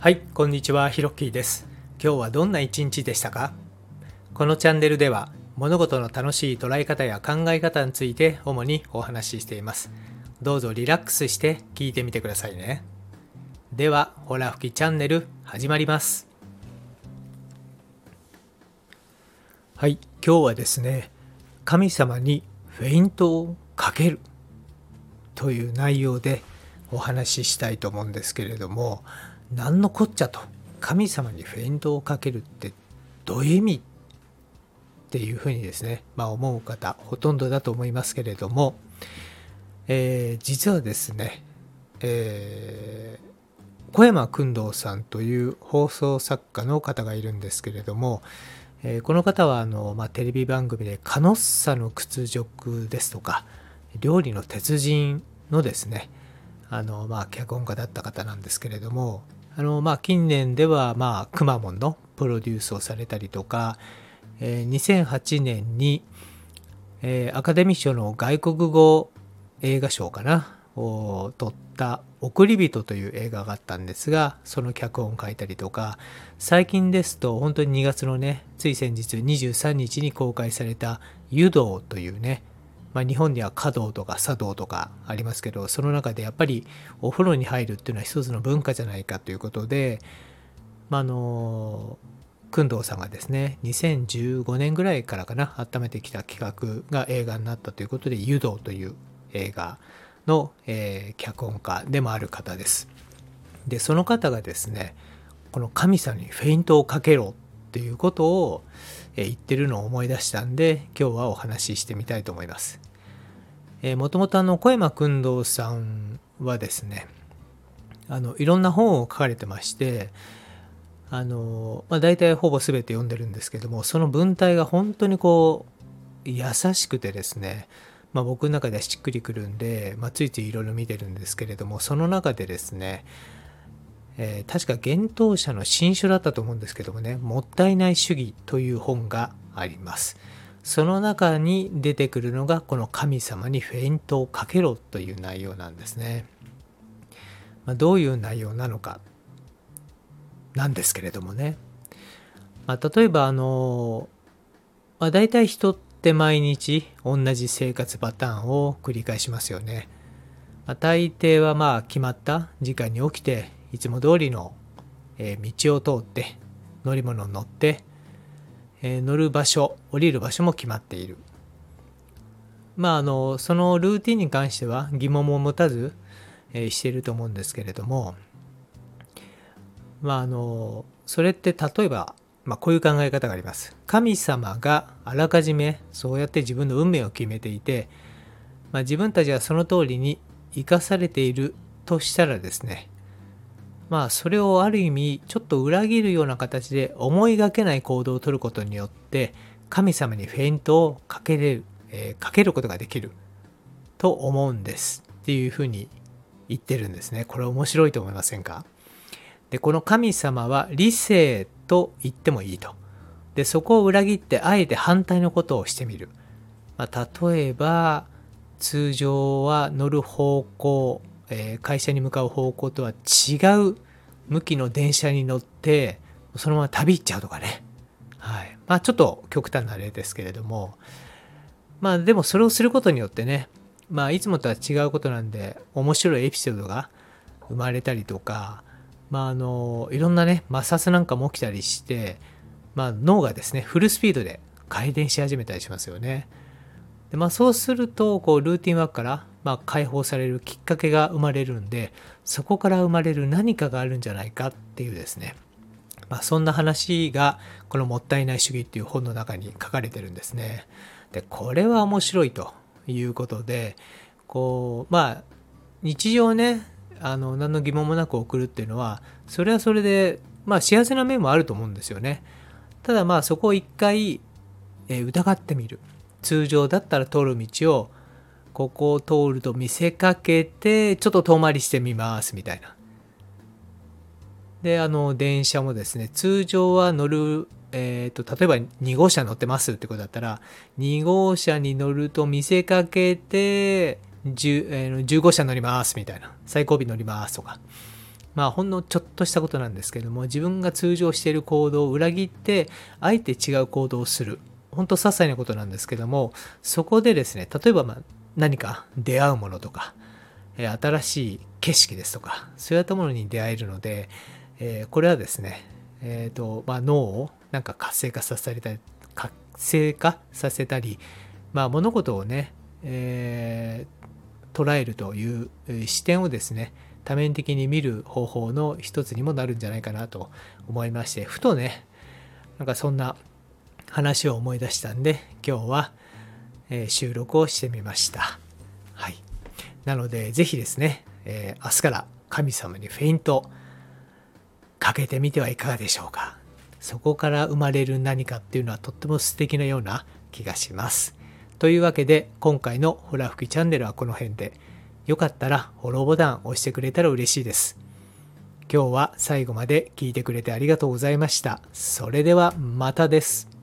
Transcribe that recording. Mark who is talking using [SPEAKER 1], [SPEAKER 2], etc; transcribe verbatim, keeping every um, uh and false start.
[SPEAKER 1] はい、こんにちは、ひろっきーです。今日はどんな一日でしたか？このチャンネルでは物事の楽しい捉え方や考え方について主にお話ししています。どうぞリラックスして聞いてみてくださいね。では、ほら吹きチャンネル始まります。はい、今日はですね、神様にフェイントをかけるという内容でお話ししたいと思うんですけれども、何のこっちゃと、神様にフェイントをかけるってどういう意味っていうふうにですね、まあ、思う方ほとんどだと思いますけれども、えー、実はですね、えー、小山薫堂さんという放送作家の方がいるんですけれども、えー、この方はあの、まあ、テレビ番組でカノッサの屈辱ですとか料理の鉄人のですねあの、まあ、脚本家だった方なんですけれども、あの、まあ、近年では、まあ、くまモンのプロデュースをされたりとか、えー、にせんはちねんに、えー、アカデミー賞の外国語映画賞かなを取った送り人という映画があったんですが、その脚本を書いたりとか、最近ですと本当ににがつのね、つい先日にじゅうさんにちに公開された湯道というね、まあ、日本には華道とか茶道とかありますけど、その中でやっぱりお風呂に入るっていうのは一つの文化じゃないかということで、まあ、あの工藤さんがですねにせんじゅうごねんぐらいからかな温めてきた企画が映画になったということで、湯道という映画の、えー、脚本家でもある方です。でその方がですね、この神様にフェイントをかけろっていうことを言ってるのを思い出したんで、今日はお話ししてみたいと思います。もともと小山薫堂さんはですね、あのいろんな本を書かれてまして、あの、まあ、大体ほぼ全て読んでるんですけども、その文体が本当にこう優しくてですね、まあ、僕の中ではしっくりくるんで、まあ、ついついいろいろ見てるんですけれども、その中でですね、えー、確か幻冬舎の新書だったと思うんですけどもね、もったいない主義という本があります。その中に出てくるのがこの神様にフェイントをかけろという内容なんですね。まあ、どういう内容なのかなんですけれどもね、まあ、例えばあの、まあ、大体人って毎日同じ生活パターンを繰り返しますよね。まあ、大抵はまあ決まった時間に起きて、いつも通りの道を通って乗り物に乗って、乗る場所降りる場所も決まっている。まああのそのルーティンに関しては疑問も持たず、えー、していると思うんですけれども、まああのそれって例えば、まあ、こういう考え方があります。神様があらかじめそうやって自分の運命を決めていて、まあ、自分たちはその通りに生かされているとしたらですね、まあそれをある意味ちょっと裏切るような形で思いがけない行動を取ることによって神様にフェイントをかけれる、えー、かけることができると思うんですっていうふうに言ってるんですね。これ面白いと思いませんか？でこの神様は理性と言ってもいいと。でそこを裏切ってあえて反対のことをしてみる。まあ、例えば通常は乗る方向、えー、会社に向かう方向とは違う向きの電車に乗ってそのまま旅行っちゃうとかね、はい、まあちょっと極端な例ですけれども、まあでもそれをすることによってね、まあいつもとは違うことなんで面白いエピソードが生まれたりとか、まああのいろんなね摩擦なんかも起きたりして、まあ脳がですねフルスピードで回転し始めたりしますよね。でまあ、そうするとこうルーティンワークから、まあ、解放されるきっかけが生まれるんで、そこから生まれる何かがあるんじゃないかっていうですね、まあ、そんな話がこのもったいない主義っていう本の中に書かれてるんですね。でこれは面白いということで、こうまあ日常ね、あの何の疑問もなく送るっていうのはそれはそれで、まあ、幸せな面もあると思うんですよね。ただまあそこを一回、えー、疑ってみる。通常だったら通る道をここを通ると見せかけてちょっと遠回りしてみますみたいな。であの電車もですね、通常は乗る、えー、と例えばに号車乗ってますってことだったらに号車に乗ると見せかけて 10, えー、じゅう号車乗りますみたいな、最後尾乗りますとか、 まあほんのちょっとしたことなんですけども、自分が通常している行動を裏切ってあえて違う行動をする、本当些細なことなんですけども、そこでですね、例えばまあ何か出会うものとか、えー新しい景色ですとか、そういったものに出会えるので、えーこれはですね、えーとまあ、脳をなんか活性化させたり活性化させたり、まあ、物事をね、えー捉えるというえー視点をですね、多面的に見る方法の一つにもなるんじゃないかなと思いまして、ふとね、なんかそんな話を思い出したんで、今日は、えー収録をしてみました。はい。なので、ぜひですね、えー明日から神様にフェイントかけてみてはいかがでしょうか。そこから生まれる何かっていうのはとっても素敵なような気がします。というわけで、今回のホラ吹きチャンネルはこの辺で、よかったらフォローボタンを押してくれたら嬉しいです。今日は最後まで聞いてくれてありがとうございました。それではまたです。